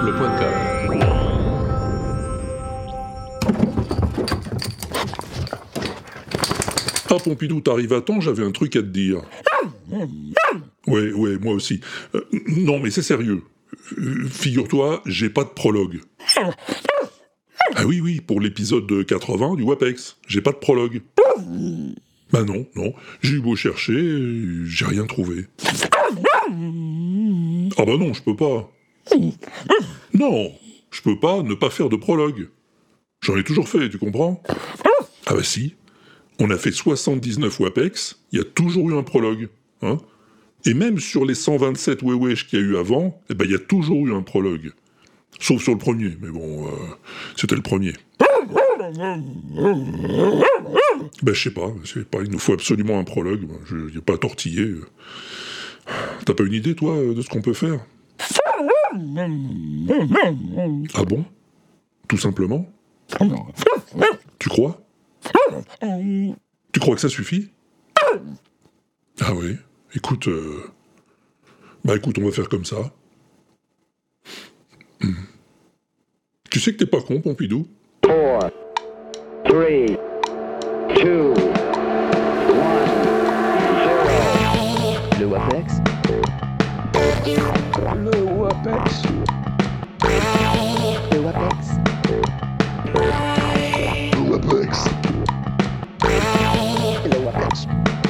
www.radioensemble.com. Ah Pompidou, t'arrives à temps, j'avais un truc à te dire. Ouais, moi aussi. Non, mais c'est sérieux. Figure-toi, j'ai pas de prologue. Ah oui, pour l'épisode 80 du WAPEX, j'ai pas de prologue. Bah non, j'ai eu beau chercher, j'ai rien trouvé. Ah bah non, je peux pas. Non, je peux pas ne pas faire de prologue. J'en ai toujours fait, tu comprends? Ah bah si. On a fait 79 WAPEX, il y a toujours eu un prologue. Hein, et même sur les 127 Wewesh qu'il y a eu avant, il y a toujours eu un prologue. Sauf sur le premier, mais bon, c'était le premier. Je sais pas, il nous faut absolument un prologue, il n'y a pas à tortiller. T'as pas une idée, toi, de ce qu'on peut faire? Ah bon? Tout simplement? Tu crois? Tu crois que ça suffit? Ah oui, écoute, on va faire comme ça. Tu sais que t'es pas con, Pompidou? 4, 3, 2, 1, 0. Le WAPEX. Le WAPEX. Le WAPEX. Le WAPEX. Le WAPEX.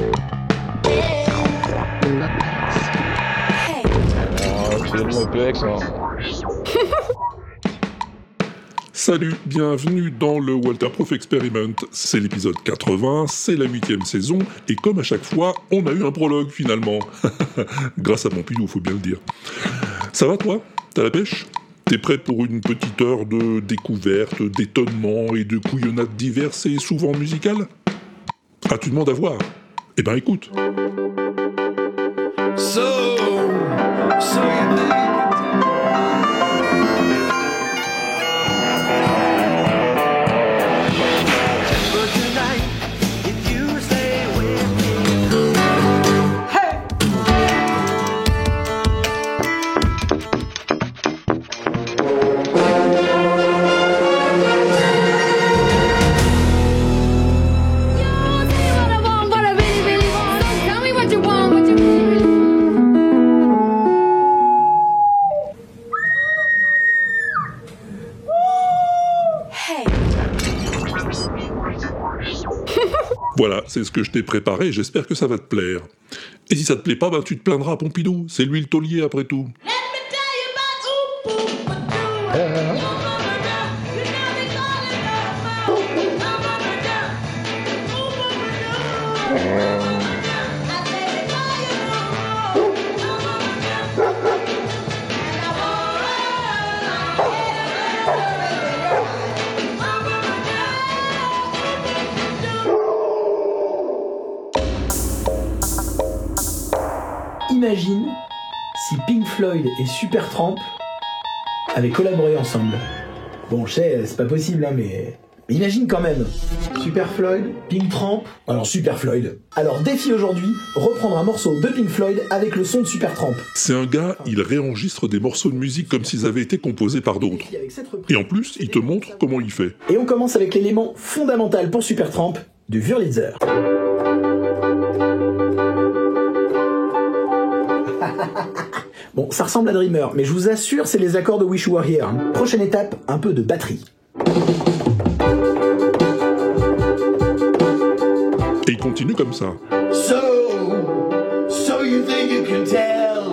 C'est le WAPEX, hein. Salut, bienvenue dans le Walter Proof Experiment. C'est l'épisode 80, c'est la 8e saison, et comme à chaque fois, on a eu un prologue finalement. Grâce à Pompidou, faut bien le dire. Ça va toi? T'as la pêche? T'es prêt pour une petite heure de découverte, d'étonnement et de couillonnades diverses et souvent musicales? Ah, tu demandes à voir? Eh ben écoute. So you think but tonight if you stay with me, hey. You say what I want, what I really, really want. So tell me what you want, what you really, really want. Hey. Voilà, c'est ce que je t'ai préparé, j'espère que ça va te plaire. Et si ça te plaît pas, tu te plaindras à Pompidou, c'est lui le taulier après tout. Let me tell you about Ooh, but you. You know they call it love. I say they call Imagine si Pink Floyd et Supertramp avaient collaboré ensemble. Bon, je sais, c'est pas possible, hein, mais imagine quand même. Super Floyd, Pink Tramp, alors Super Floyd. Alors défi aujourd'hui, reprendre un morceau de Pink Floyd avec le son de Supertramp. C'est un gars, il réenregistre des morceaux de musique comme s'ils avaient été composés par d'autres. Et en plus, il te montre comment il fait. Et on commence avec l'élément fondamental pour Supertramp, du Wurlitzer. Bon, ça ressemble à Dreamer, mais je vous assure, c'est les accords de Wish You Were Here. Prochaine étape, un peu de batterie. Et il continue comme ça. So you think you can tell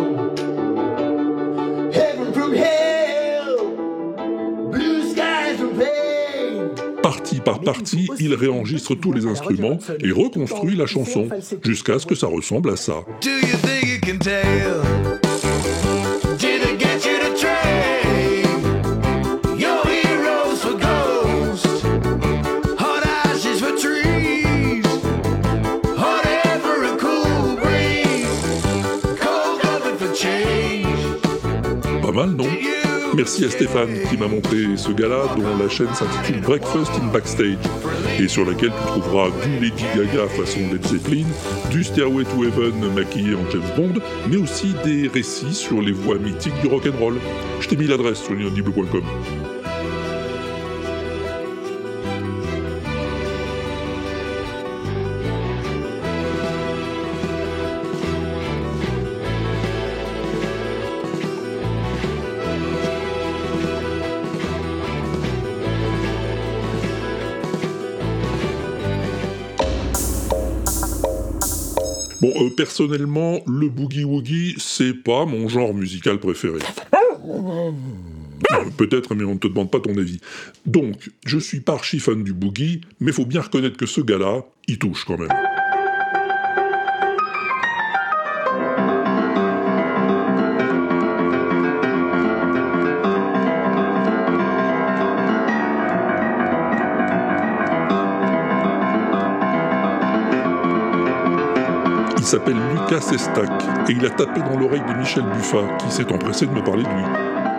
heaven from hell, blue skies from pain. Partie par partie, il réenregistre tous les instruments et reconstruit la chanson, jusqu'à ce que ça ressemble à ça. Do you think you can tell? Did it get you to trade your heroes for ghosts, hot ashes for trees, hot air for a cool breeze, cold oven for change? Pas mal, non? Merci à Stéphane qui m'a montré ce gars-là dont la chaîne s'intitule Breakfast in Backstage. et sur laquelle tu trouveras du Lady Gaga façon Led Zeppelin, du Stairway to Heaven maquillé en James Bond, mais aussi des récits sur les voix mythiques du rock'n'roll. Je t'ai mis l'adresse sur l'inaudible.com. Bon, personnellement, le boogie-woogie, c'est pas mon genre musical préféré. Peut-être, mais on ne te demande pas ton avis. Donc, je suis pas archi fan du boogie, mais faut bien reconnaître que ce gars-là, il touche quand même. Il s'appelle Lucas Sestak, et il a tapé dans l'oreille de Michel Buffat, qui s'est empressé de me parler de lui.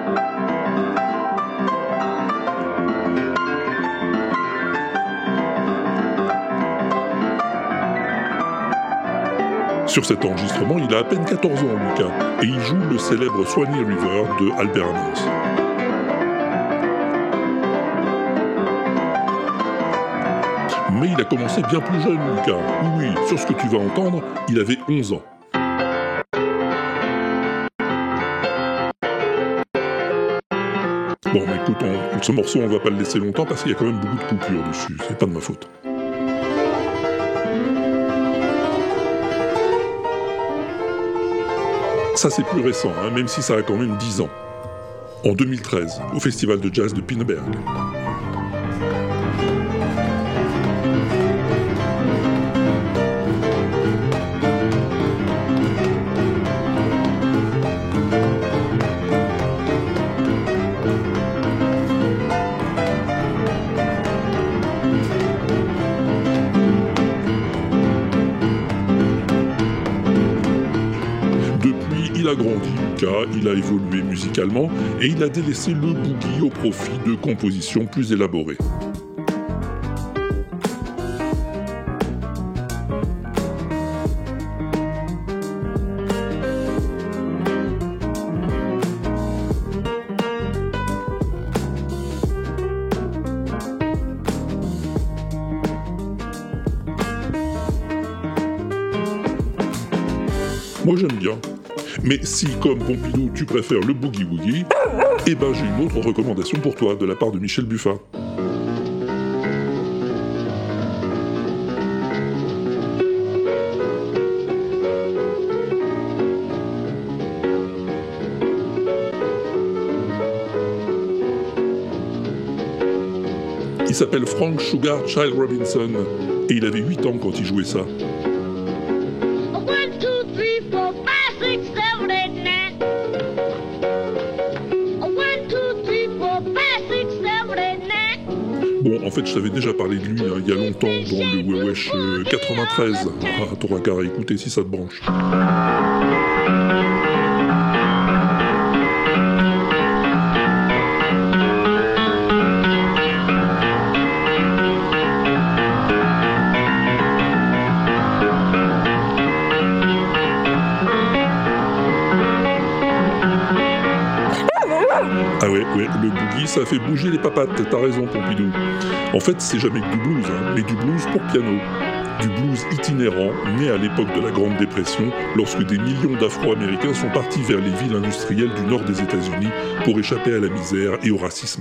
Sur cet enregistrement, il a à peine 14 ans, Lucas, et il joue le célèbre Swanee River de Albert Hammond. Mais il a commencé bien plus jeune, Lucas. Oui, sur ce que tu vas entendre, il avait 11 ans. Bon, mais écoute, ce morceau, on va pas le laisser longtemps parce qu'il y a quand même beaucoup de coupures dessus. C'est pas de ma faute. Ça, c'est plus récent, hein, même si ça a quand même 10 ans. En 2013, au Festival de Jazz de Pinneberg. Il a grandi, Lucas, il a évolué musicalement et il a délaissé le boogie au profit de compositions plus élaborées. Moi j'aime bien. Mais si, comme Pompidou, tu préfères le boogie-woogie, eh ben j'ai une autre recommandation pour toi, de la part de Michel Buffat. Il s'appelle Frank Sugar Child Robinson, et il avait 8 ans quand il jouait ça. Bon, en fait, je t'avais déjà parlé de lui hein, il y a longtemps dans le Wewesh 93. Ah, t'auras qu'à réécouter si ça te branche. Ah ouais, le boogie, ça fait bouger les papates, t'as raison, Pompidou. En fait, c'est jamais que du blues, hein, mais du blues pour piano. Du blues itinérant, né à l'époque de la Grande Dépression, lorsque des millions d'Afro-Américains sont partis vers les villes industrielles du nord des États-Unis pour échapper à la misère et au racisme.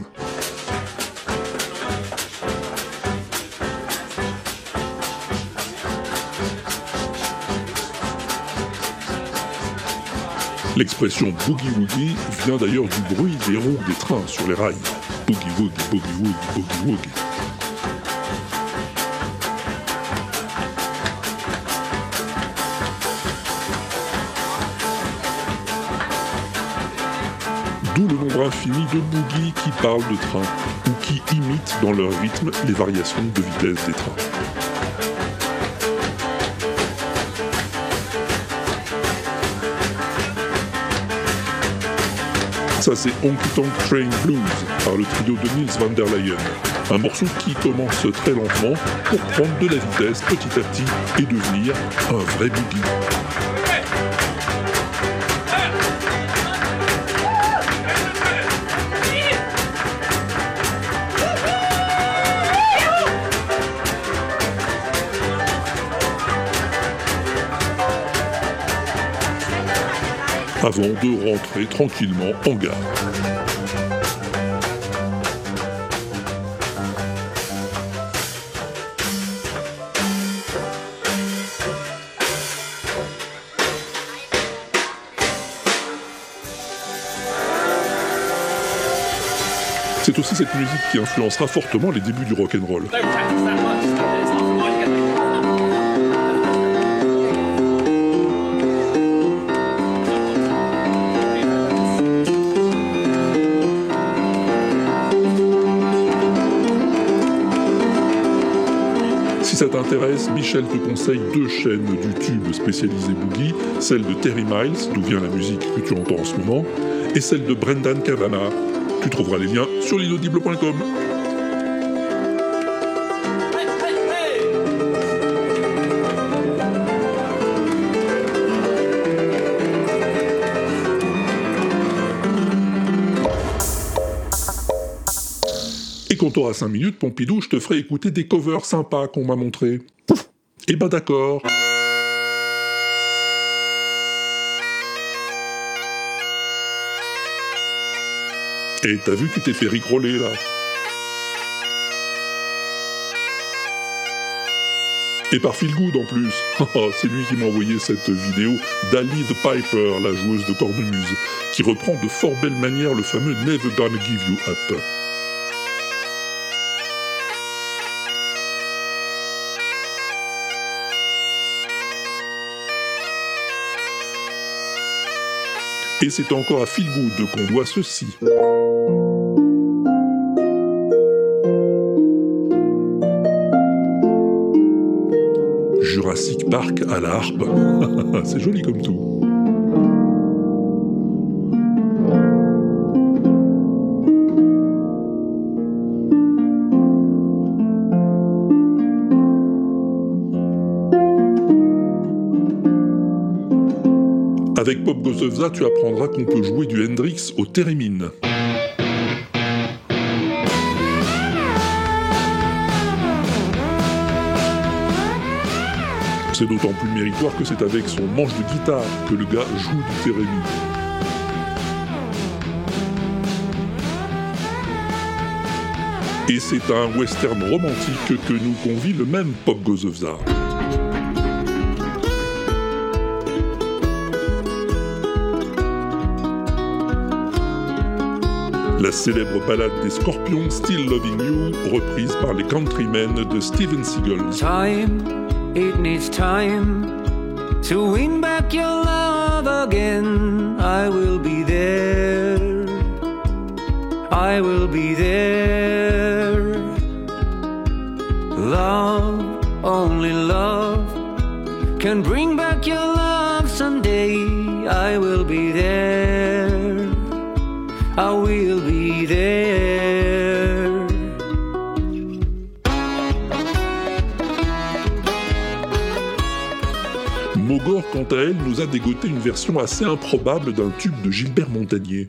L'expression boogie-woogie vient d'ailleurs du bruit des roues des trains sur les rails. Boogie-woogie, boogie-woogie, boogie-woogie. D'où le nombre infini de boogies qui parlent de train ou qui imitent dans leur rythme les variations de vitesse des trains. Ça c'est Honky Tonk Train Blues par le trio de Nils van der Leyen. Un morceau qui commence très lentement pour prendre de la vitesse petit à petit et devenir un vrai boogie. Avant de rentrer tranquillement en gare. C'est aussi cette musique qui influencera fortement les débuts du rock'n'roll. Si ça t'intéresse, Michel te conseille 2 chaînes YouTube spécialisées boogie, celle de Terry Miles, d'où vient la musique que tu entends en ce moment, et celle de Brendan Kavanagh. Tu trouveras les liens sur l'inaudible.com. Et quand t'auras 5 minutes, Pompidou, je te ferai écouter des covers sympas qu'on m'a montrés. Pouf. Eh ben d'accord. Et t'as vu, tu t'es fait rigoler là. Et par Feel Good en plus. C'est lui qui m'a envoyé cette vidéo d'Ali the Piper, la joueuse de cornemuse, qui reprend de fort belle manière le fameux Never Gonna Give You Up. Et c'est encore à Feel Good qu'on doit ceci. Jurassic Park à la harpe. C'est joli comme tout. Avec Pop Goes the Za, tu apprendras qu'on peut jouer du Hendrix au Theremin. C'est d'autant plus méritoire que c'est avec son manche de guitare que le gars joue du Theremin. Et c'est à un western romantique que nous convie le même Pop Goes the Za. La célèbre ballade des Scorpions, Still Loving You, reprise par les Countrymen de Steven Seagal. Time, it needs time to win back your love again. I will be there, I will be there. Love, only love can bring back your love someday. I will be there, I will be there. Mogor, quant à elle, nous a dégoté une version assez improbable d'un tube de Gilbert Montagnier.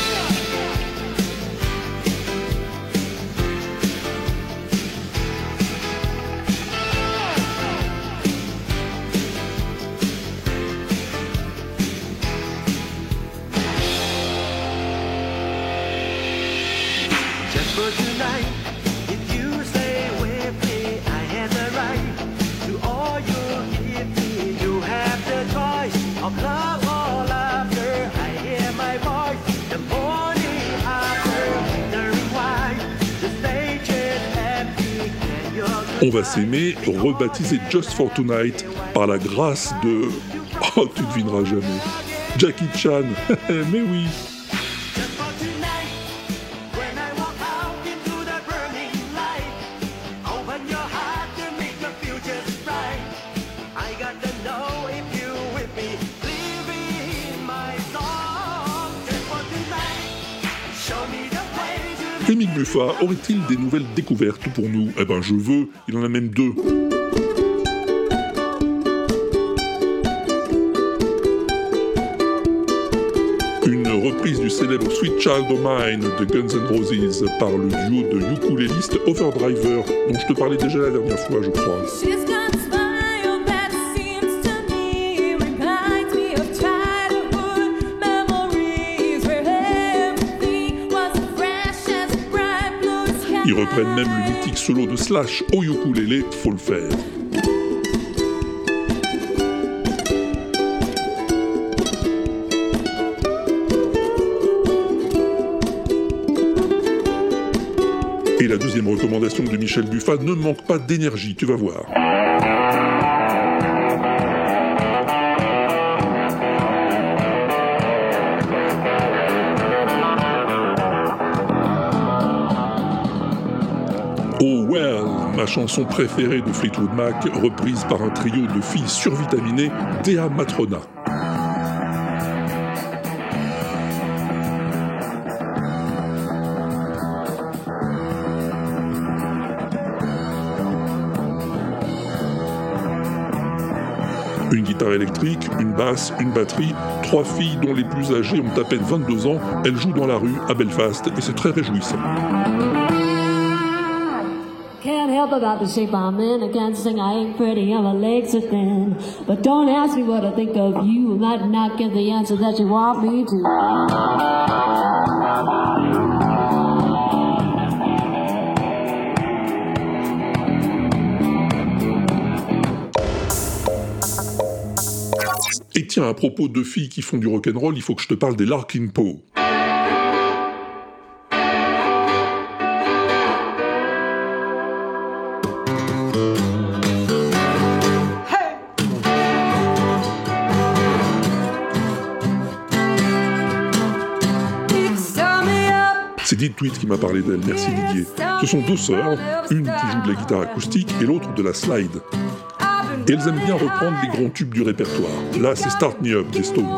Just for tonight, if you stay with me, I have the right to all you give me. You have the choice of love or laughter. I hear my voice the morning after, wondering why the stage is empty and you're On va s'aimer, rebaptisé Just for Tonight, par la grâce de... Oh, tu devineras jamais. Jackie Chan, mais oui. Just for tonight, when I walk out into the burning light, open your heart to make the future bright. I got to know if you with me, living in my song. Just for tonight, show me the way to Émile Muffa aurait-il des nouvelles découvertes pour nous? Eh ben je veux, il en a même 2. Une reprise du célèbre Sweet Child O' Mine de Guns N' Roses par le duo de ukulélistes Overdriver, dont je te parlais déjà la dernière fois, je crois. She's got a smile that seems to me reminds me of childhood memories where everything was fresh as bright blue sky. Ils reprennent même le mythique solo de Slash au ukulélé, faut le faire. Et la deuxième recommandation de Michel Buffa ne manque pas d'énergie, tu vas voir. Oh Well, ma chanson préférée de Fleetwood Mac, reprise par un trio de filles survitaminées, Thea Matrona. Une guitare électrique, une basse, une batterie, 3 filles dont les plus âgées ont à peine 22 ans, elles jouent dans la rue à Belfast et c'est très réjouissant. Can't help about the shape I'm in. I can't sing, I ain't pretty, and my legs are thin. But don't ask me what I think of you. I might not get the answer that you want me to. Et tiens, à propos de filles qui font du rock'n'roll, il faut que je te parle des Larkin Poe. C'est Did Tweet qui m'a parlé d'elle, merci Didier. Ce sont 2 sœurs, une qui joue de la guitare acoustique et l'autre de la slide. Et elles aiment bien reprendre les grands tubes du répertoire. Là, c'est Start Me Up des Stones.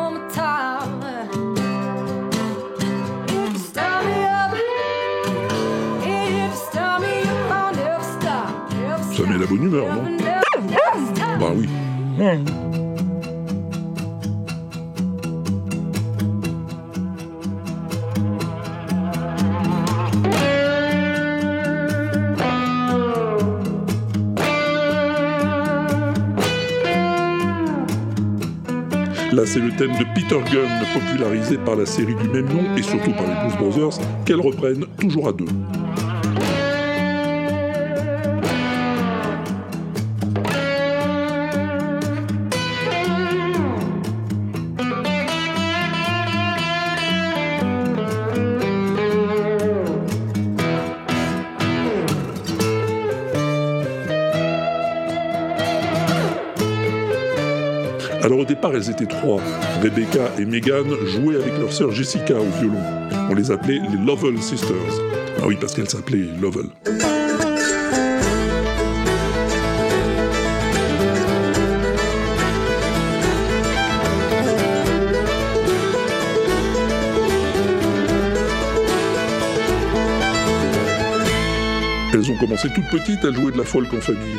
Ça met la bonne humeur, non? Bah oui. Là, c'est le thème de Peter Gunn, popularisé par la série du même nom et surtout par les Blues Brothers, qu'elles reprennent toujours à 2. Alors au départ, elles étaient 3. Rebecca et Megan jouaient avec leur sœur Jessica au violon. On les appelait les Lovell Sisters. Ah oui, parce qu'elles s'appelaient Lovell. Elles ont commencé toutes petites à jouer de la folk en famille.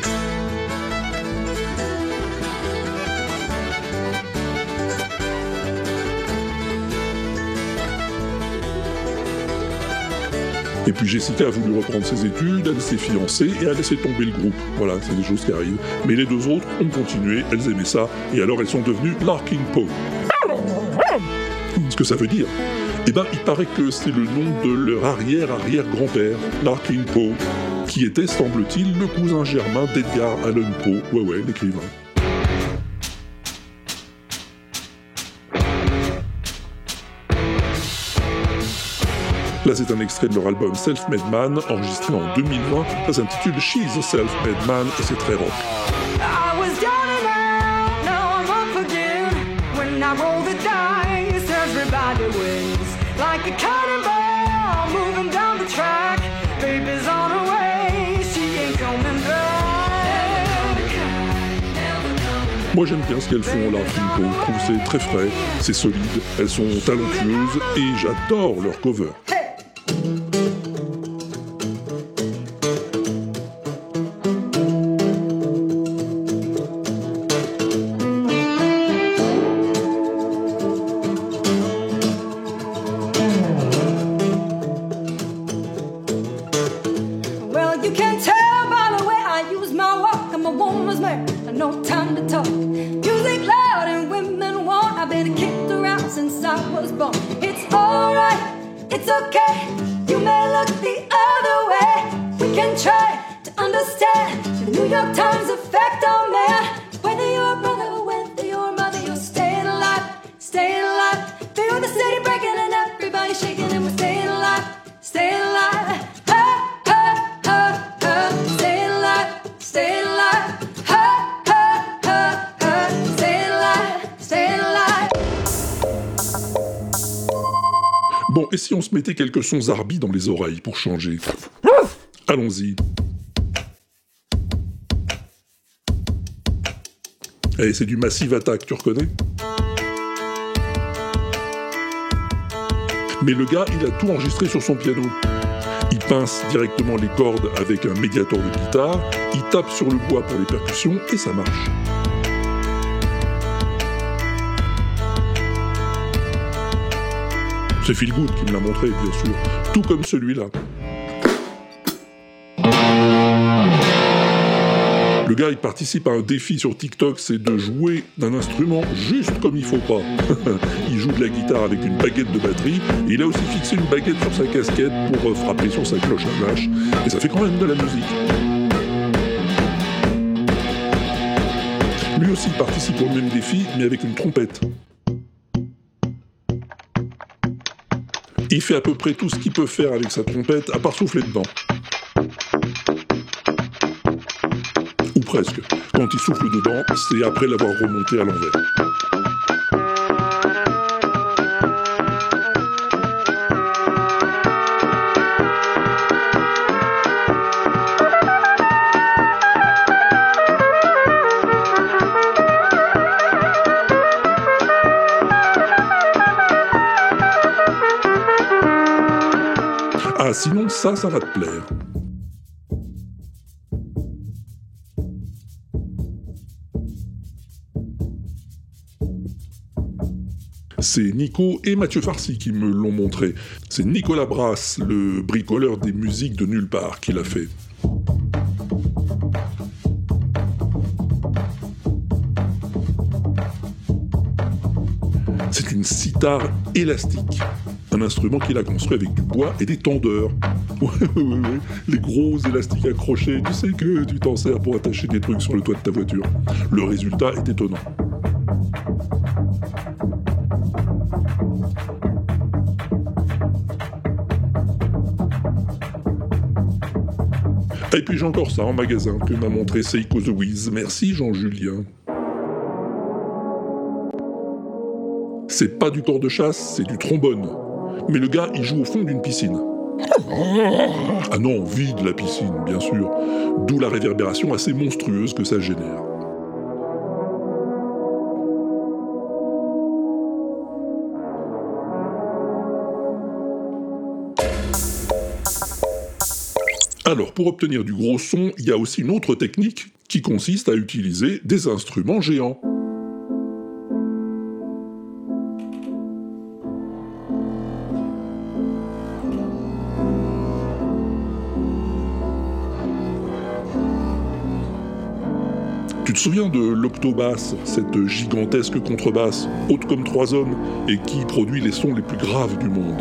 Et puis Jessica a voulu reprendre ses études, elle s'est fiancée et a laissé tomber le groupe. Voilà, c'est des choses qui arrivent. Mais les 2 autres ont continué, elles aimaient ça, et alors elles sont devenues Larkin Poe. Ce que ça veut dire? Eh ben, il paraît que c'est le nom de leur arrière-arrière-grand-père, Larkin Poe, qui était, semble-t-il, le cousin germain d'Edgar Allan Poe, ouais, l'écrivain. Là, c'est un extrait de leur album Self-Made Man, enregistré en 2020. Ça s'intitule She's a Self-Made Man et c'est très rock. I was down and out, now I'm up again. When I roll the dice, everybody wins. Like a cannonball, moving down the track. Baby's on her way, she ain't coming back. Moi, j'aime bien ce qu'elles font, Larkin Poe. Je trouve que c'est très frais, c'est solide, elles sont talentueuses et j'adore leur cover. Hey! since I was born. It's alright, it's okay. You may look the other way. We can try to understand the New York Times effect on man. Whether you're a brother or whether you're a mother, you're staying alive, staying alive. Feel the city breaking and everybody shaking, and we're staying alive, staying alive. Ha, ha, ha, ha. Staying alive, staying alive. Ha, ha, ha, ha. Staying alive, staying alive. Bon, et si on se mettait quelques sons Zarbi dans les oreilles pour changer? Allons-y. Eh, c'est du Massive Attack, tu reconnais? Mais le gars, il a tout enregistré sur son piano. Il pince directement les cordes avec un médiator de guitare, il tape sur le bois pour les percussions, et ça marche. C'est Phil Good qui me l'a montré, bien sûr, tout comme celui-là. Le gars, il participe à un défi sur TikTok, c'est de jouer d'un instrument juste comme il faut pas. Il joue de la guitare avec une baguette de batterie, et il a aussi fixé une baguette sur sa casquette pour frapper sur sa cloche à vache, et ça fait quand même de la musique. Lui aussi participe au même défi, mais avec une trompette. Il fait à peu près tout ce qu'il peut faire avec sa trompette, à part souffler dedans. Ou presque. Quand il souffle dedans, c'est après l'avoir remonté à l'envers. Ah, sinon, ça va te plaire. C'est Nico et Mathieu Farcy qui me l'ont montré. C'est Nicolas Brass, le bricoleur des musiques de nulle part, qui l'a fait. C'est une sitar élastique. Un instrument qu'il a construit avec du bois et des tendeurs. Ouais. Les gros élastiques accrochés, tu sais que tu t'en sers pour attacher des trucs sur le toit de ta voiture. Le résultat est étonnant. Et puis j'ai encore ça en magasin que m'a montré Seiko The Wiz. Merci Jean-Julien. C'est pas du corps de chasse, c'est du trombone. Mais le gars, il joue au fond d'une piscine. Ah non, vide la piscine, bien sûr. D'où la réverbération assez monstrueuse que ça génère. Alors, pour obtenir du gros son, il y a aussi une autre technique qui consiste à utiliser des instruments géants. Tu te souviens de l'octobasse, cette gigantesque contrebasse, haute comme 3 hommes, et qui produit les sons les plus graves du monde?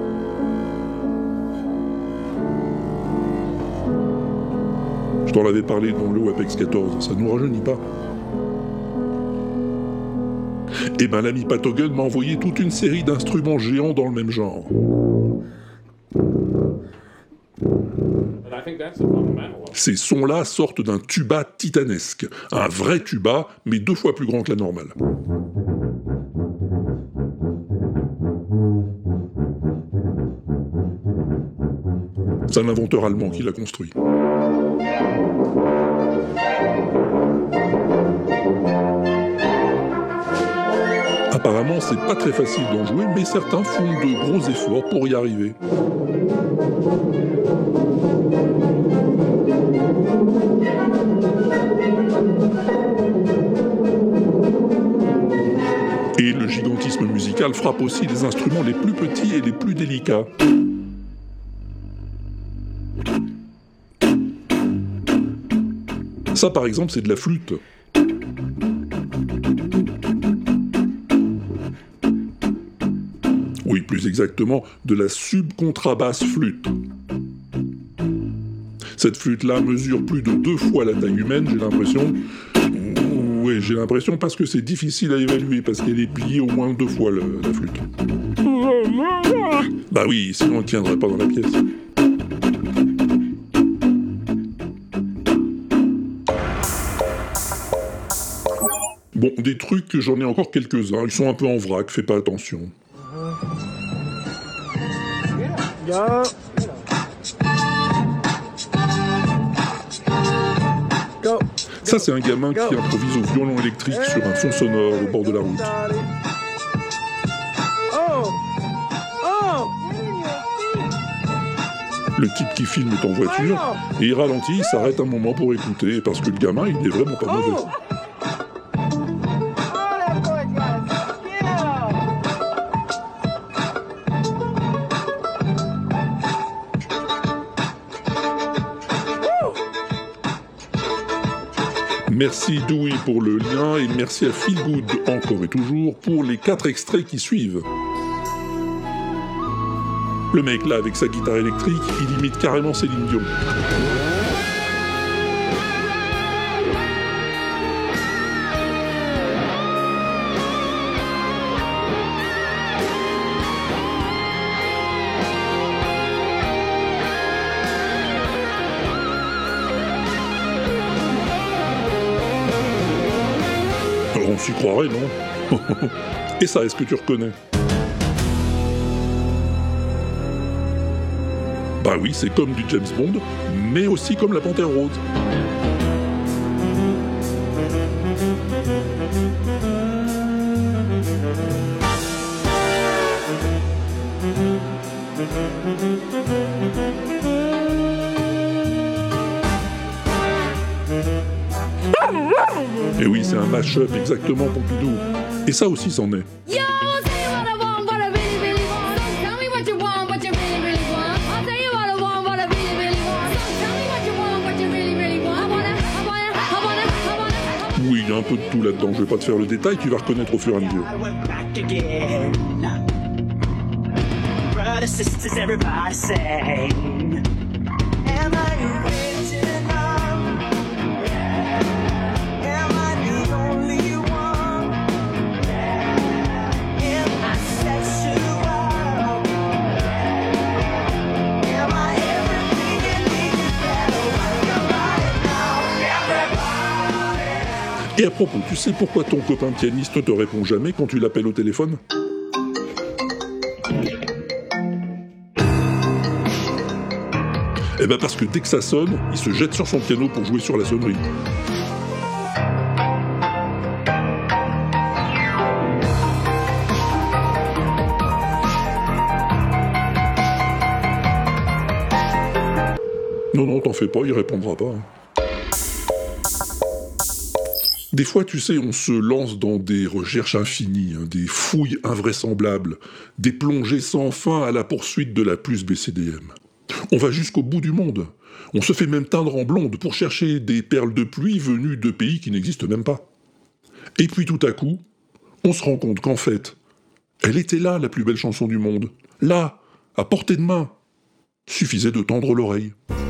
Je t'en avais parlé dans le Apex 14, ça nous rajeunit pas. Eh ben l'ami Patogun m'a envoyé toute une série d'instruments géants dans le même genre. Ces sons-là sortent d'un tuba titanesque, un vrai tuba, mais 2 fois plus grand que la normale. C'est un inventeur allemand qui l'a construit. Apparemment, c'est pas très facile d'en jouer, mais certains font de gros efforts pour y arriver. Et le gigantisme musical frappe aussi les instruments les plus petits et les plus délicats. Ça, par exemple, c'est de la flûte. Oui, plus exactement, de la subcontrabasse flûte. Cette flûte-là mesure plus de 2 fois la taille humaine, j'ai l'impression. Oui, j'ai l'impression parce que c'est difficile à évaluer, parce qu'elle est pliée au moins 2 fois la flûte. Bah oui, sinon elle ne tiendrait pas dans la pièce. Bon, des trucs, j'en ai encore quelques-uns, ils sont un peu en vrac, fais pas attention. Ça, c'est un gamin qui improvise au violon électrique sur un fond sonore au bord de la route. Le type qui filme est en voiture, et il ralentit, il s'arrête un moment pour écouter, parce que le gamin, il est vraiment pas mauvais. Merci Dewey pour le lien et merci à Feelgood encore et toujours pour les 4 extraits qui suivent. Le mec là avec sa guitare électrique, il imite carrément Céline Dion. On s'y croirait, non? Et ça, est-ce que tu reconnais? Bah oui, c'est comme du James Bond, mais aussi comme la Panthère Rose. Et oui, c'est un mash-up exactement Pompidou. Et ça aussi c'en est. Yo, say what I want, what I really, really want. Don't tell me what you want, what you really, really want. I'll tell you what I want, what I really, really want. Don't tell me what you want, what you really, really want. I wanna. Oui, il y a un peu de tout là-dedans. Je vais pas te faire le détail, tu vas reconnaître au fur et à mesure. I went back again. Brothers, sisters, everybody say, am I original? Am I the only one? Am I sexual? Am I everything you need to get away now? Et à propos, tu sais pourquoi ton copain pianiste ne te répond jamais quand tu l'appelles au téléphone? Eh ben parce que dès que ça sonne, il se jette sur son piano pour jouer sur la sonnerie. Non, t'en fais pas, il répondra pas. Des fois, tu sais, on se lance dans des recherches infinies, des fouilles invraisemblables, des plongées sans fin à la poursuite de la plus BCDM. On va jusqu'au bout du monde. On se fait même teindre en blonde pour chercher des perles de pluie venues de pays qui n'existent même pas. Et puis tout à coup, on se rend compte qu'en fait, elle était là, la plus belle chanson du monde. Là, à portée de main. Suffisait de tendre l'oreille.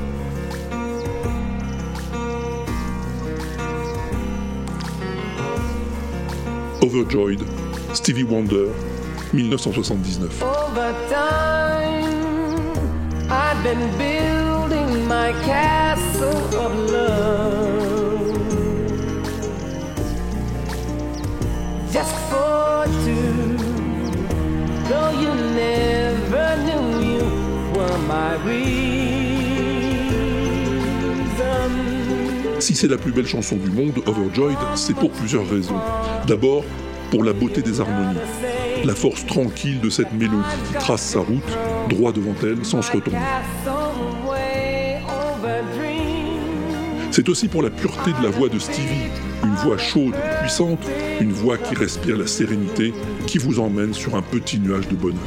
Overjoyed, Stevie Wonder, 1979. Over time, I've been building my castle of love, just for two, though you never knew you were my reason. Si c'est la plus belle chanson du monde, Overjoyed, c'est pour plusieurs raisons. D'abord, pour la beauté des harmonies, la force tranquille de cette mélodie qui trace sa route, droit devant elle, sans se retourner. C'est aussi pour la pureté de la voix de Stevie, une voix chaude et puissante, une voix qui respire la sérénité, qui vous emmène sur un petit nuage de bonheur.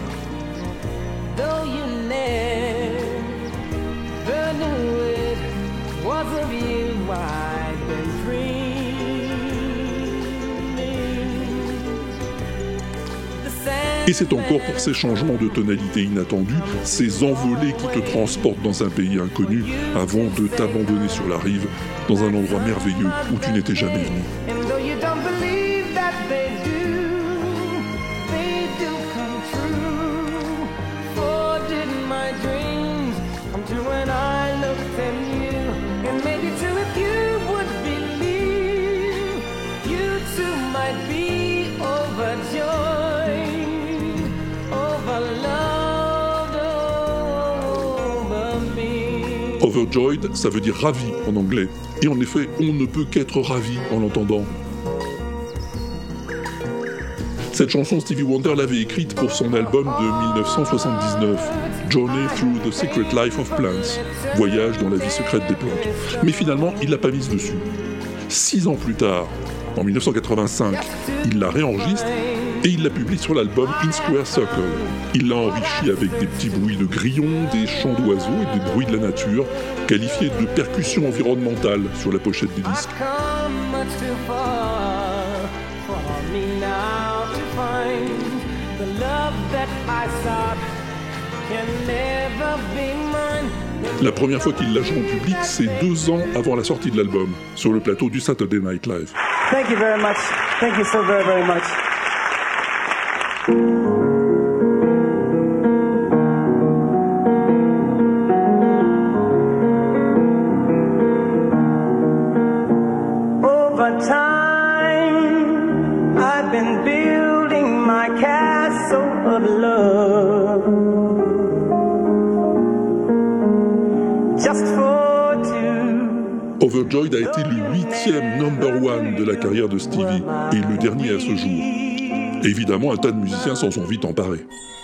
Sand Et c'est encore pour ces changements de tonalité inattendus, ces envolées qui te transportent dans un pays inconnu avant de t'abandonner sur la rive, dans un endroit merveilleux où tu n'étais jamais venu. And though you don't believe that they do come true. For did my dreams come true when I looked at you? And maybe too if you would believe, you too might be overjoyed, overloved over me. Overjoyed, ça veut dire ravi en anglais. Et en effet, on ne peut qu'être ravi en l'entendant. Cette chanson, Stevie Wonder l'avait écrite pour son album de 1979, Journey Through the Secret Life of Plants, Voyage dans la vie secrète des plantes. Mais finalement, il l'a pas mise dessus. 6 ans plus tard, en 1985, il la réenregistre et il la publie sur l'album In Square Circle. Il l'a enrichi avec des petits bruits de grillons, des chants d'oiseaux et des bruits de la nature, qualifiés de percussions environnementales sur la pochette du disque. Come much too far for me now to find the love that I sought can never be mine. La première fois qu'il la joue en public, c'est 2 ans avant la sortie de l'album, sur le plateau du Saturday Night Live. Thank you very much. Thank you so very, very much. Over time, I've been building my castle of love. Just for two. Overjoyed a été le 8e number 1 de la carrière de Stevie, et le dernier à ce jour. Évidemment, un tas de musiciens s'en sont vite emparés.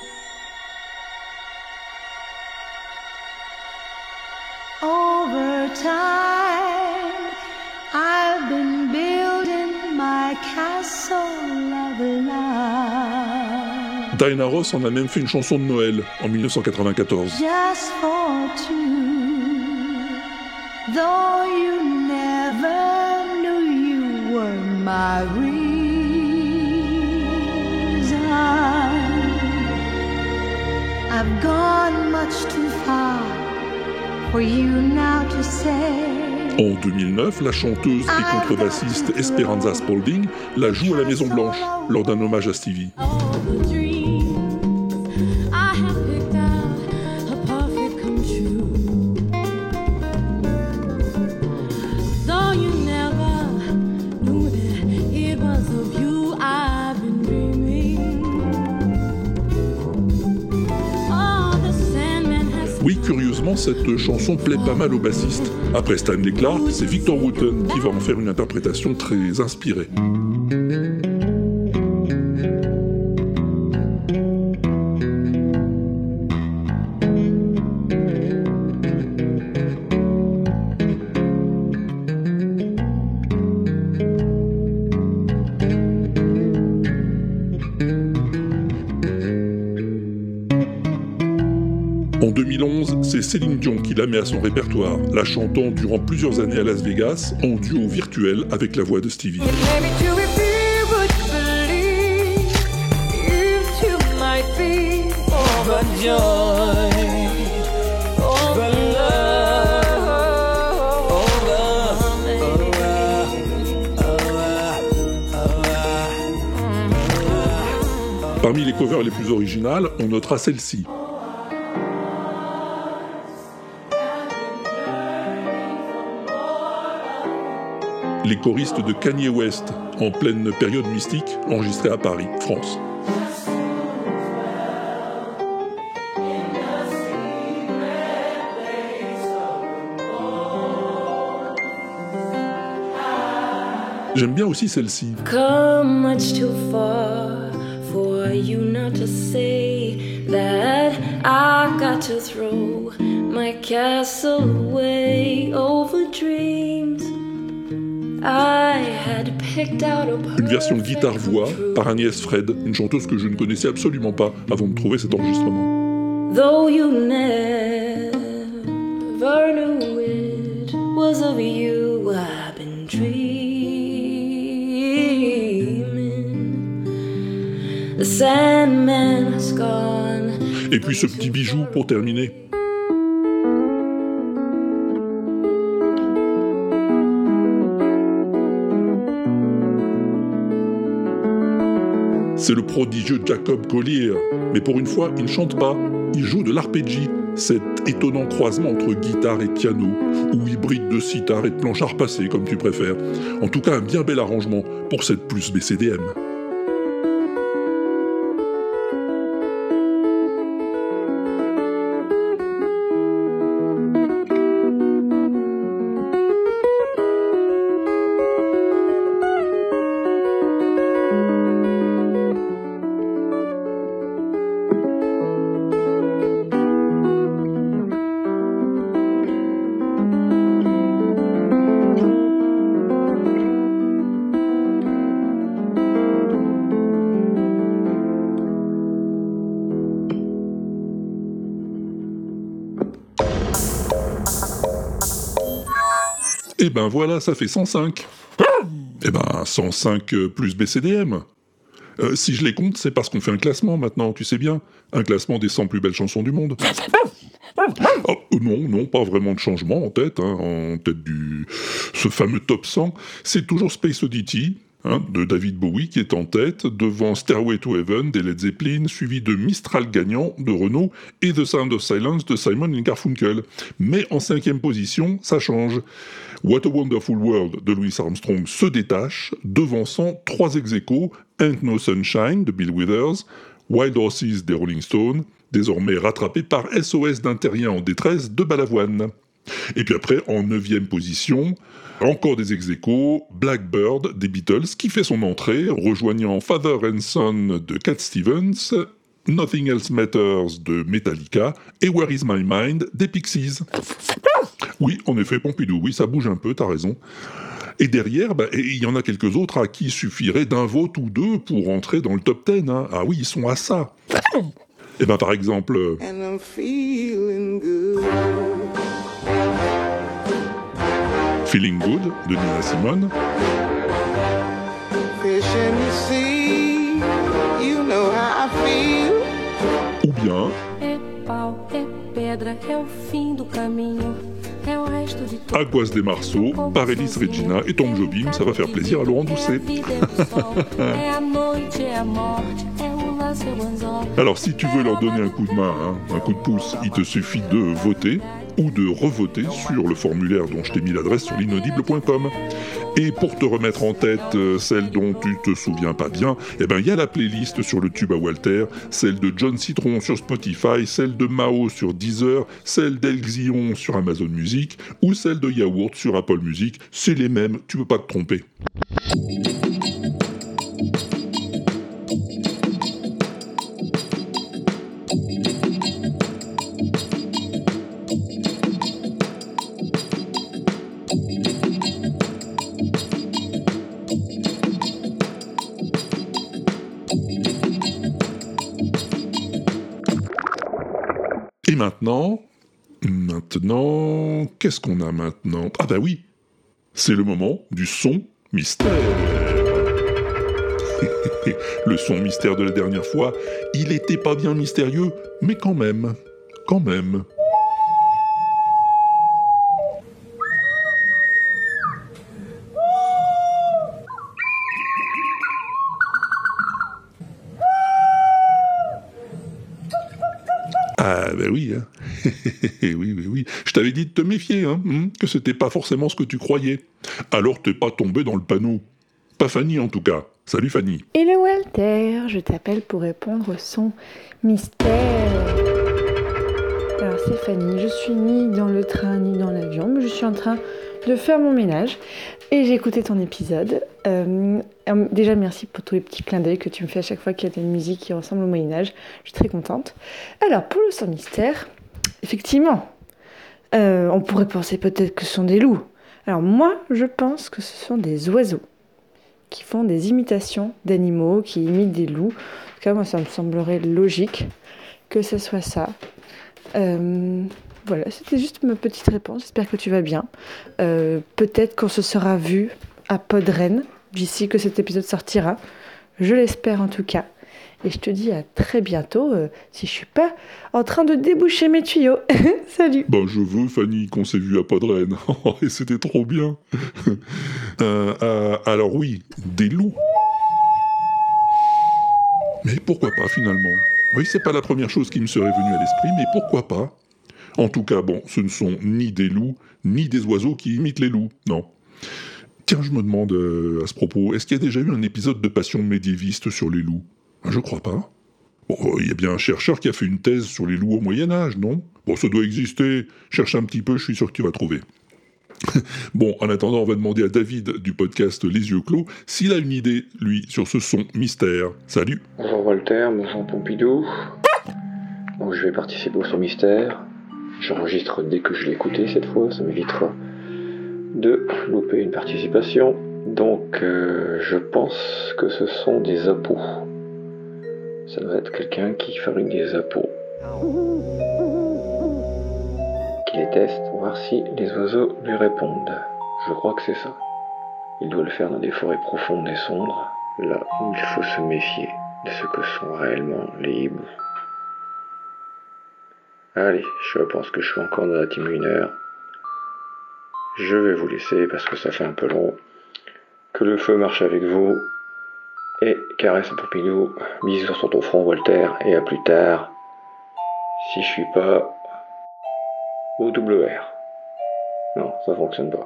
Over time, I've been building my castle of love. Diana Ross en a même fait une chanson de Noël en 1994. Just for two. Though you never knew you were my reason, I've gone much too far for you now to say. En 2009, la chanteuse et contrebassiste Esperanza Spalding la joue à la Maison Blanche lors d'un hommage à Stevie. All the dreams I have picked out a perfect come true. Though you never knew that it was of you I've been dreaming. Oh, the Sandman has. Oui, curieusement, cette chanson plaît pas mal au bassiste. Après Stanley Clarke, c'est Victor Wooten qui va en faire une interprétation très inspirée. En 2011, c'est Céline Dion qui la met à son répertoire, la chantant durant plusieurs années à Las Vegas, en duo virtuel avec la voix de Stevie. And maybe too if you would believe, you too might be overjoyed, Parmi les covers les plus originales, on notera celle-ci. Les choristes de Kanye West, en pleine période mystique, enregistrés à Paris, France. J'aime bien aussi celle-ci. Come much too far for you not to say that I got to throw my castle away over dreams. I had picked out a Une version guitare-voix par Agnès Fred, une chanteuse que je ne connaissais absolument pas avant de trouver cet enregistrement. Though you never knew it was of you I've been dreaming. The Sandman is gone. Et puis ce petit bijou pour terminer. C'est le prodigieux Jacob Collier, mais pour une fois, il ne chante pas, il joue de l'arpeggi, cet étonnant croisement entre guitare et piano, ou hybride de sitar et de planche à repasser, comme tu préfères. En tout cas, un bien bel arrangement pour cette plus BCDM. Et ben voilà, ça fait 105. Et ben 105 plus BCDM. Si je les compte, c'est parce qu'on fait un classement maintenant, tu sais bien. Un classement des 100 plus belles chansons du monde. Oh, non, pas vraiment de changement en tête. En tête ce fameux top 100, c'est toujours Space Oddity, de David Bowie qui est en tête, devant Stairway to Heaven des Led Zeppelin, suivi de Mistral gagnant de Renaud et The Sound of Silence de Simon & Garfunkel. Mais en 5e position, ça change. What a Wonderful World de Louis Armstrong se détache, devançant 3 ex-aequo, Ain't No Sunshine de Bill Withers, Wild Horses des Rolling Stones, désormais rattrapé par SOS d'un terrien en détresse de Balavoine. Et puis après, en 9e position, encore des ex-aequo, Blackbird des Beatles qui fait son entrée, rejoignant Father and Son de Cat Stevens, Nothing Else Matters de Metallica et Where Is My Mind des Pixies. Oui, en effet, Pompidou, oui, ça bouge un peu, t'as raison. Et derrière, il y en a quelques autres à qui il suffirait d'un vote ou deux pour entrer dans le top 10. Ah oui, ils sont à ça. Et par exemple... And I'm feeling good. Feeling Good de Nina Simone. Fish in the sea, you know how I feel. Ou bien... É pau, é pedra, é o fim do caminho. É o resto de tudo. Águas de Marceau, par Elis Regina et Tom Jobim, ça va faire plaisir à Laurent Doucet. É a noite, é a morte, é o laço, é o anzol. Alors si tu veux leur donner un coup de main, un coup de pouce, il te suffit de voter ou de revoter sur le formulaire dont je t'ai mis l'adresse sur l'inaudible.com. Et pour te remettre en tête celle dont tu te souviens pas bien, il y a la playlist sur le tube à Walter, celle de John Citron sur Spotify, celle de Mao sur Deezer, celle d'Elxion sur Amazon Music ou celle de Yaourt sur Apple Music. C'est les mêmes, tu peux pas te tromper. Et maintenant, qu'est-ce qu'on a maintenant ? Ah bah oui, c'est le moment du son mystère. Le son mystère de la dernière fois, il était pas bien mystérieux, mais quand même. Ah ben oui, oui. Je t'avais dit de te méfier, que c'était pas forcément ce que tu croyais. Alors t'es pas tombé dans le panneau. Pas Fanny en tout cas. Salut Fanny. Hello Walter, je t'appelle pour répondre au son mystère. Alors c'est Fanny, je suis ni dans le train ni dans l'avion, mais je suis en train de faire mon ménage et j'ai écouté ton épisode. Déjà merci pour tous les petits clins d'œil que tu me fais à chaque fois qu'il y a des musiques qui ressemblent au Moyen-Âge. Je suis très contente. Alors pour le son mystère, effectivement, on pourrait penser peut-être que ce sont des loups. Alors moi, je pense que ce sont des oiseaux qui font des imitations d'animaux, qui imitent des loups. En tout cas, moi, ça me semblerait logique que ce soit ça. Voilà, c'était juste ma petite réponse. J'espère que tu vas bien. Peut-être qu'on se sera vu à Podren d'ici que cet épisode sortira. Je l'espère en tout cas. Et je te dis à très bientôt, si je suis pas en train de déboucher mes tuyaux. Salut. Ben, je veux, Fanny, qu'on s'est vu à Podren. Et c'était trop bien. Alors oui, des loups. Mais pourquoi pas, finalement? Oui, c'est pas la première chose qui me serait venue à l'esprit, mais pourquoi pas? En tout cas, bon, ce ne sont ni des loups, ni des oiseaux qui imitent les loups, non. Tiens, je me demande, à ce propos, est-ce qu'il y a déjà eu un épisode de Passion médiéviste sur les loups? Je crois pas. Bon, il y a bien un chercheur qui a fait une thèse sur les loups au Moyen-Âge, non? Bon, ça doit exister. Cherche un petit peu, je suis sûr que tu vas trouver. Bon, en attendant, on va demander à David du podcast Les Yeux Clos s'il a une idée, lui, sur ce son mystère. Salut. Bonjour Walter, bonjour Pompidou. Donc je vais participer au son mystère. J'enregistre dès que je l'ai écouté cette fois, ça m'évitera de louper une participation. Donc je pense que ce sont des appos. Ça doit être quelqu'un qui fabrique des appos. Qui les teste pour voir si les oiseaux lui répondent. Je crois que c'est ça. Il doit le faire dans des forêts profondes et sombres, là où il faut se méfier de ce que sont réellement les hiboux. Allez, je pense que je suis encore dans la team winner. Je vais vous laisser parce que ça fait un peu long. Que le feu marche avec vous. Et caresse à Pompidou. Bisous sur ton front, Walter. Et à plus tard. Si je suis pas au double R. Non, ça fonctionne pas.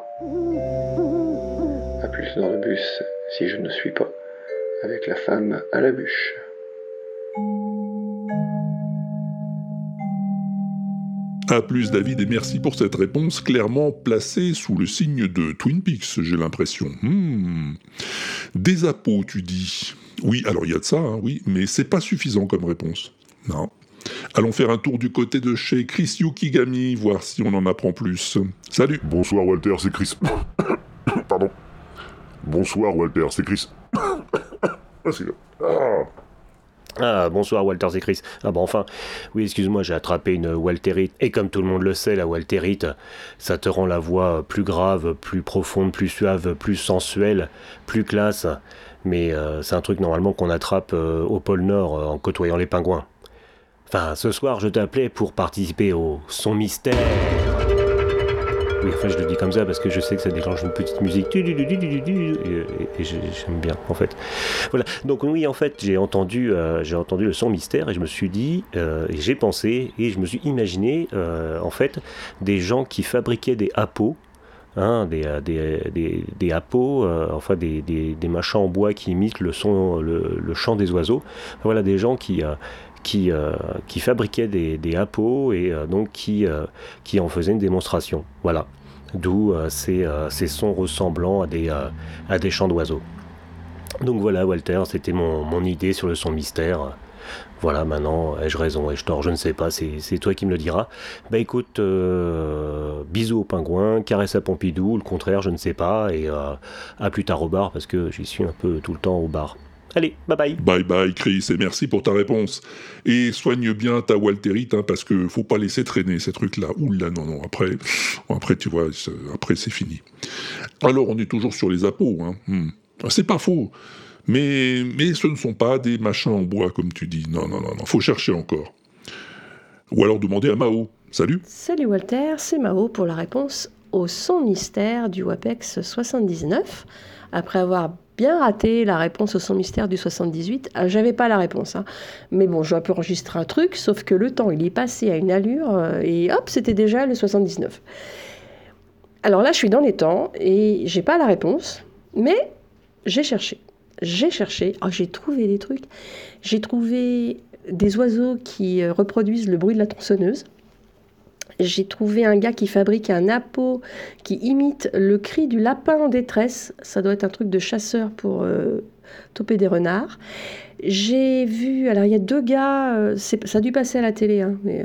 A plus dans le bus si je ne suis pas avec la femme à la bûche. A plus David et merci pour cette réponse clairement placée sous le signe de Twin Peaks, j'ai l'impression. Des appos, tu dis. Oui, alors il y a de ça, hein, oui, mais c'est pas suffisant comme réponse. Non. Allons faire un tour du côté de chez Chris Yukigami, voir si on en apprend plus. Salut. Bonsoir Walter, c'est Chris. Pardon. Bonsoir Walter, c'est Chris. Ah, c'est là. Ah, bonsoir Walter, c'est Chris. Ah bah enfin, oui, excuse-moi, j'ai attrapé une waltérite. Et comme tout le monde le sait, la waltérite, ça te rend la voix plus grave, plus profonde, plus suave, plus sensuelle, plus classe. Mais c'est un truc normalement qu'on attrape au pôle Nord en côtoyant les pingouins. Enfin, ce soir, je t'appelais pour participer au son mystère. Oui, enfin, je le dis comme ça parce que je sais que ça déclenche une petite musique. Et j'aime bien, en fait. Voilà. Donc oui, en fait, j'ai entendu le son mystère et je me suis dit, et j'ai pensé, et je me suis imaginé, en fait, des gens qui fabriquaient des appos. Des appos, enfin des machins en bois qui imitent le son, le chant des oiseaux. Enfin, voilà, des gens qui fabriquaient des appos et donc qui en faisaient une démonstration. Voilà. D'où ces sons ressemblant à des chants d'oiseaux. Donc voilà, Walter, c'était mon idée sur le son mystère. Voilà, maintenant, ai-je raison, ai-je tort, je ne sais pas, c'est toi qui me le diras. Bah écoute, bisous aux pingouins, caresse à Pompidou, le contraire, je ne sais pas, et à plus tard au bar, parce que j'y suis un peu tout le temps au bar. Allez, bye bye. Bye bye Chris, et merci pour ta réponse. Et soigne bien ta waltérite, hein, parce que faut pas laisser traîner ces trucs-là. Oula, non, après tu vois, après c'est fini. Alors on est toujours sur les appos, hein. C'est pas faux. Mais ce ne sont pas des machins en bois, comme tu dis. Non, faut chercher encore. Ou alors demander à Mao. Salut. Salut Walter, c'est Mao pour la réponse au son mystère du WAPEX 79. Après avoir bien raté la réponse au son mystère du 78, j'avais pas la réponse. Hein. Mais bon, j'aurais pu enregistrer un truc, sauf que le temps, il est passé à une allure, et hop, c'était déjà le 79. Alors là, je suis dans les temps, et j'ai pas la réponse, mais j'ai cherché, j'ai trouvé des trucs. J'ai trouvé des oiseaux qui reproduisent le bruit de la tronçonneuse. J'ai trouvé un gars qui fabrique un appôt qui imite le cri du lapin en détresse. Ça doit être un truc de chasseur pour toper des renards. J'ai vu, alors il y a deux gars, ça a dû passer à la télé, hein, mais,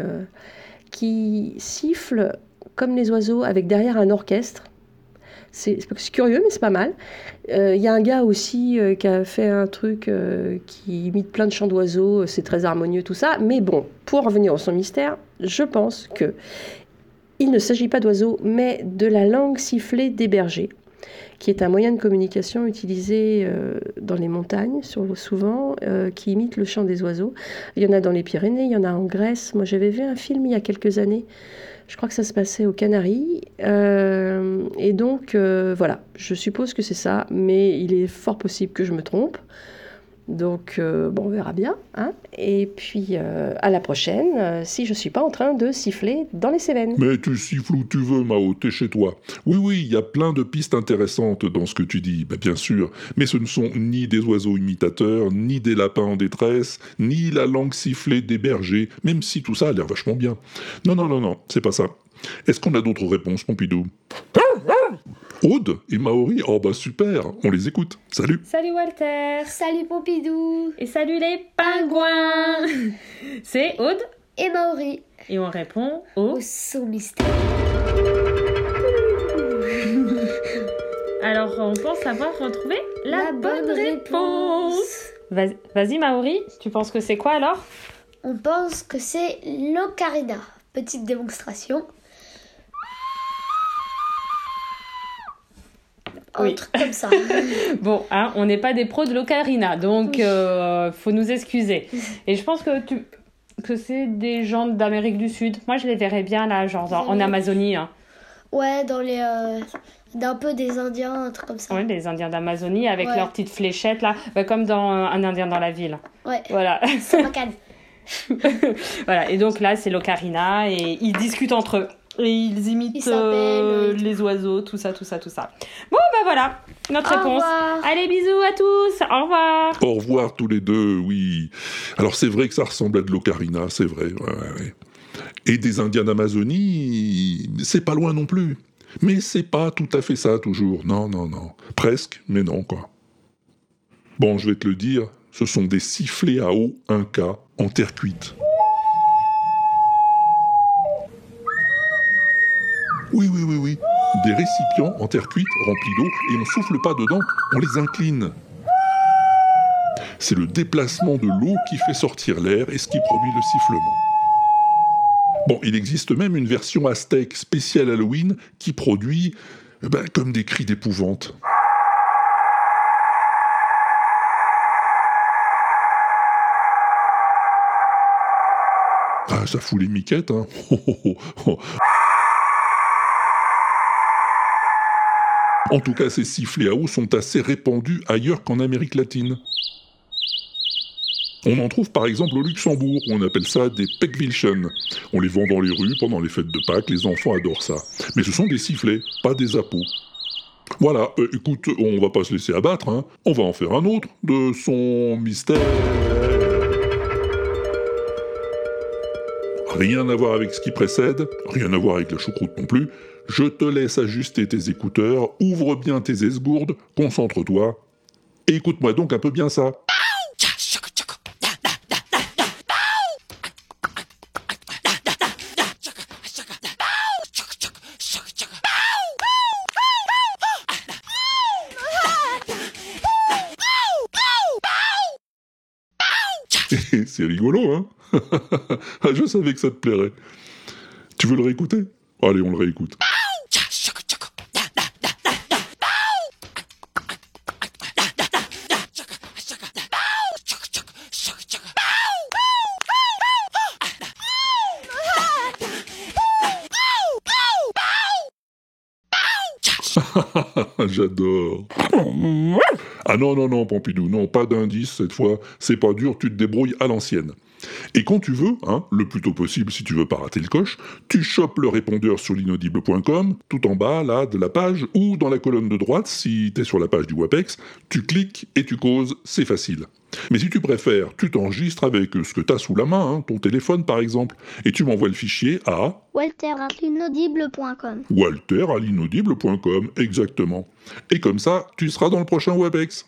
qui sifflent comme les oiseaux avec derrière un orchestre. C'est curieux, mais c'est pas mal. Il y a un gars aussi qui a fait un truc qui imite plein de chants d'oiseaux. C'est très harmonieux, tout ça. Mais bon, pour revenir au son mystère, je pense que il ne s'agit pas d'oiseaux, mais de la langue sifflée des bergers. qui est un moyen de communication utilisé dans les montagnes, souvent, qui imite le chant des oiseaux. Il y en a dans les Pyrénées, il y en a en Grèce. Moi, j'avais vu un film il y a quelques années. Je crois que ça se passait aux Canaries. Et donc, voilà, je suppose que c'est ça, mais il est fort possible que je me trompe. Donc, on verra bien. Hein. Et puis, à la prochaine, si je ne suis pas en train de siffler dans les Cévennes. Mais tu siffles où tu veux, Mao, t'es chez toi. Oui, il y a plein de pistes intéressantes dans ce que tu dis, bien sûr. Mais ce ne sont ni des oiseaux imitateurs, ni des lapins en détresse, ni la langue sifflée des bergers, même si tout ça a l'air vachement bien. Non, c'est pas ça. Est-ce qu'on a d'autres réponses, Pompidou ? Aude et Maori, oh bah super, on les écoute. Salut. Salut Walter. Salut Pompidou. Et salut les pingouins. C'est Aude et Maori. Et on répond au son mystère. Alors on pense avoir retrouvé la bonne réponse. Vas-y Maori, tu penses que c'est quoi alors ? On pense que c'est l'ocarina. Petite démonstration. Un Oui. truc comme ça. Bon, hein, on n'est pas des pros de l'ocarina, donc faut nous excuser. Et je pense que c'est des gens d'Amérique du Sud. Moi, je les verrais bien là, genre en Amazonie. Hein. Ouais, dans les... d'un peu des Indiens, un truc comme ça. Ouais, les Indiens d'Amazonie avec Ouais. leurs petites fléchettes là, comme dans Un Indien dans la ville. Ouais. Voilà. C'est bacane. Voilà, et donc là, c'est l'ocarina et ils discutent entre eux. Et ils imitent les oiseaux, tout ça. Bon, voilà, notre Au réponse. revoir. Allez, bisous à tous, au revoir. Au revoir tous les deux, oui. Alors c'est vrai que ça ressemble à de l'ocarina, c'est vrai. Ouais. Et des Indiens d'Amazonie, c'est pas loin non plus. Mais c'est pas tout à fait ça toujours. Non. Presque, mais non, quoi. Bon, je vais te le dire, ce sont des sifflets à eau Inca en terre cuite. Oui. Des récipients en terre cuite remplis d'eau et on souffle pas dedans, on les incline. C'est le déplacement de l'eau qui fait sortir l'air et ce qui produit le sifflement. Bon, il existe même une version aztèque spéciale Halloween qui produit comme des cris d'épouvante. Ah, ça fout les miquettes, hein. En tout cas, ces sifflets à eau sont assez répandus ailleurs qu'en Amérique latine. On en trouve par exemple au Luxembourg, où on appelle ça des Pekvilchen. On les vend dans les rues pendant les fêtes de Pâques, les enfants adorent ça. Mais ce sont des sifflets, pas des appos. Voilà, écoute, on va pas se laisser abattre, hein. On va en faire un autre, de son mystère. Rien à voir avec ce qui précède, rien à voir avec la choucroute non plus. Je te laisse ajuster tes écouteurs, ouvre bien tes esgourdes, concentre-toi, et écoute-moi donc un peu bien ça. C'est rigolo, hein. Je savais que ça te plairait. Tu veux le réécouter ? Allez, on le réécoute. J'adore. Ah non, Pompidou, non, pas d'indice cette fois, c'est pas dur, tu te débrouilles à l'ancienne. Et quand tu veux, hein, le plus tôt possible si tu veux pas rater le coche, tu chopes le répondeur sur l'inaudible.com, tout en bas, là, de la page, ou dans la colonne de droite, si t'es sur la page du WAPEX, tu cliques et tu causes, c'est facile. Mais si tu préfères, tu t'enregistres avec ce que t'as sous la main, hein, ton téléphone par exemple, et tu m'envoies le fichier à... walter@l'inaudible.com. walter@l'inaudible.com, exactement. Et comme ça, tu seras dans le prochain WAPEX.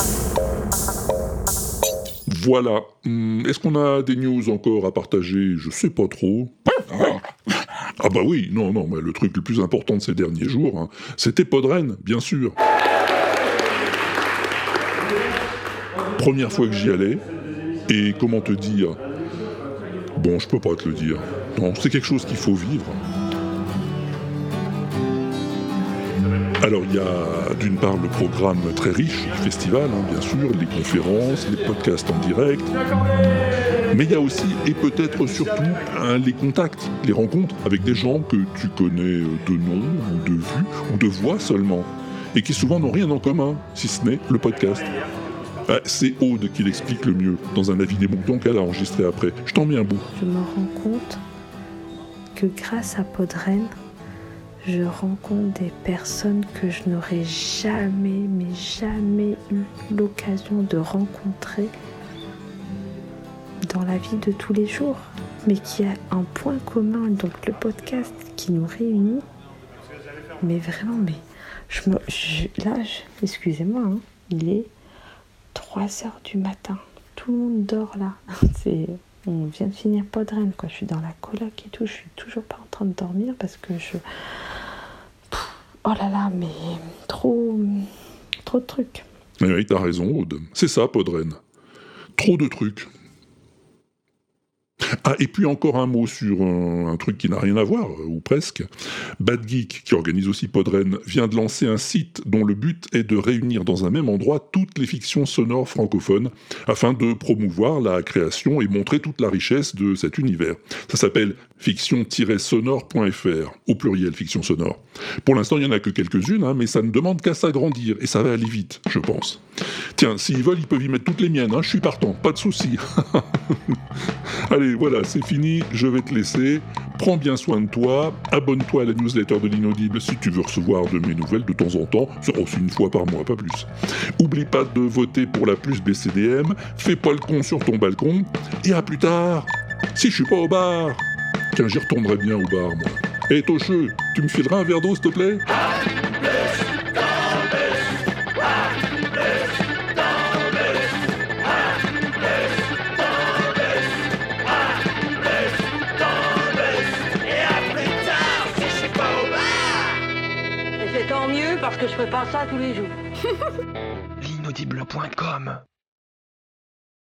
Voilà. Est-ce qu'on a des news encore à partager ? Je sais pas trop. Ah bah oui, non, mais le truc le plus important de ces derniers jours, hein, c'était Podren, bien sûr. Première fois que j'y allais, et comment te dire ? Bon, je peux pas te le dire. Non, c'est quelque chose qu'il faut vivre. Alors il y a d'une part le programme très riche du festival, bien sûr, les conférences, les podcasts en direct, mais il y a aussi, et peut-être surtout, les contacts, les rencontres avec des gens que tu connais de nom, ou de vue, ou de voix seulement, et qui souvent n'ont rien en commun, si ce n'est le podcast. C'est Aude qui l'explique le mieux, dans un avis des moutons qu'elle a enregistré après. Je t'en mets un bout. Je me rends compte que grâce à Podren, je rencontre des personnes que je n'aurais jamais, mais jamais eu l'occasion de rencontrer dans la vie de tous les jours, mais qui a un point commun, donc le podcast qui nous réunit. Mais vraiment, excusez-moi, il est 3h du matin, tout le monde dort là. On vient de finir Podren, quoi. Je suis dans la coloc et tout, je suis toujours pas en train de dormir parce que oh là là, mais trop de trucs. Oui, t'as raison, Aude. C'est ça, Podren. Trop de trucs. Ah, et puis encore un mot sur un truc qui n'a rien à voir, ou presque. Bad Geek, qui organise aussi Podren, vient de lancer un site dont le but est de réunir dans un même endroit toutes les fictions sonores francophones, afin de promouvoir la création et montrer toute la richesse de cet univers. Ça s'appelle fiction-sonore.fr, au pluriel fiction sonore. Pour l'instant, il n'y en a que quelques-unes, mais ça ne demande qu'à s'agrandir, et ça va aller vite, je pense. Tiens, s'ils veulent, ils peuvent y mettre toutes les miennes, je suis partant, pas de soucis. Allez, voilà, c'est fini, je vais te laisser. Prends bien soin de toi, abonne-toi à la newsletter de l'Inaudible si tu veux recevoir de mes nouvelles de temps en temps, c'est aussi une fois par mois, pas plus. Oublie pas de voter pour la plus BCDM, fais pas le con sur ton balcon, et à plus tard, si je suis pas au bar. Tiens, j'y retournerai bien au bar, moi. Hé, Tocheux, tu me fileras un verre d'eau, s'il te plaît ? C'est tant mieux parce que je fais pas ça tous les jours. L'inaudible.com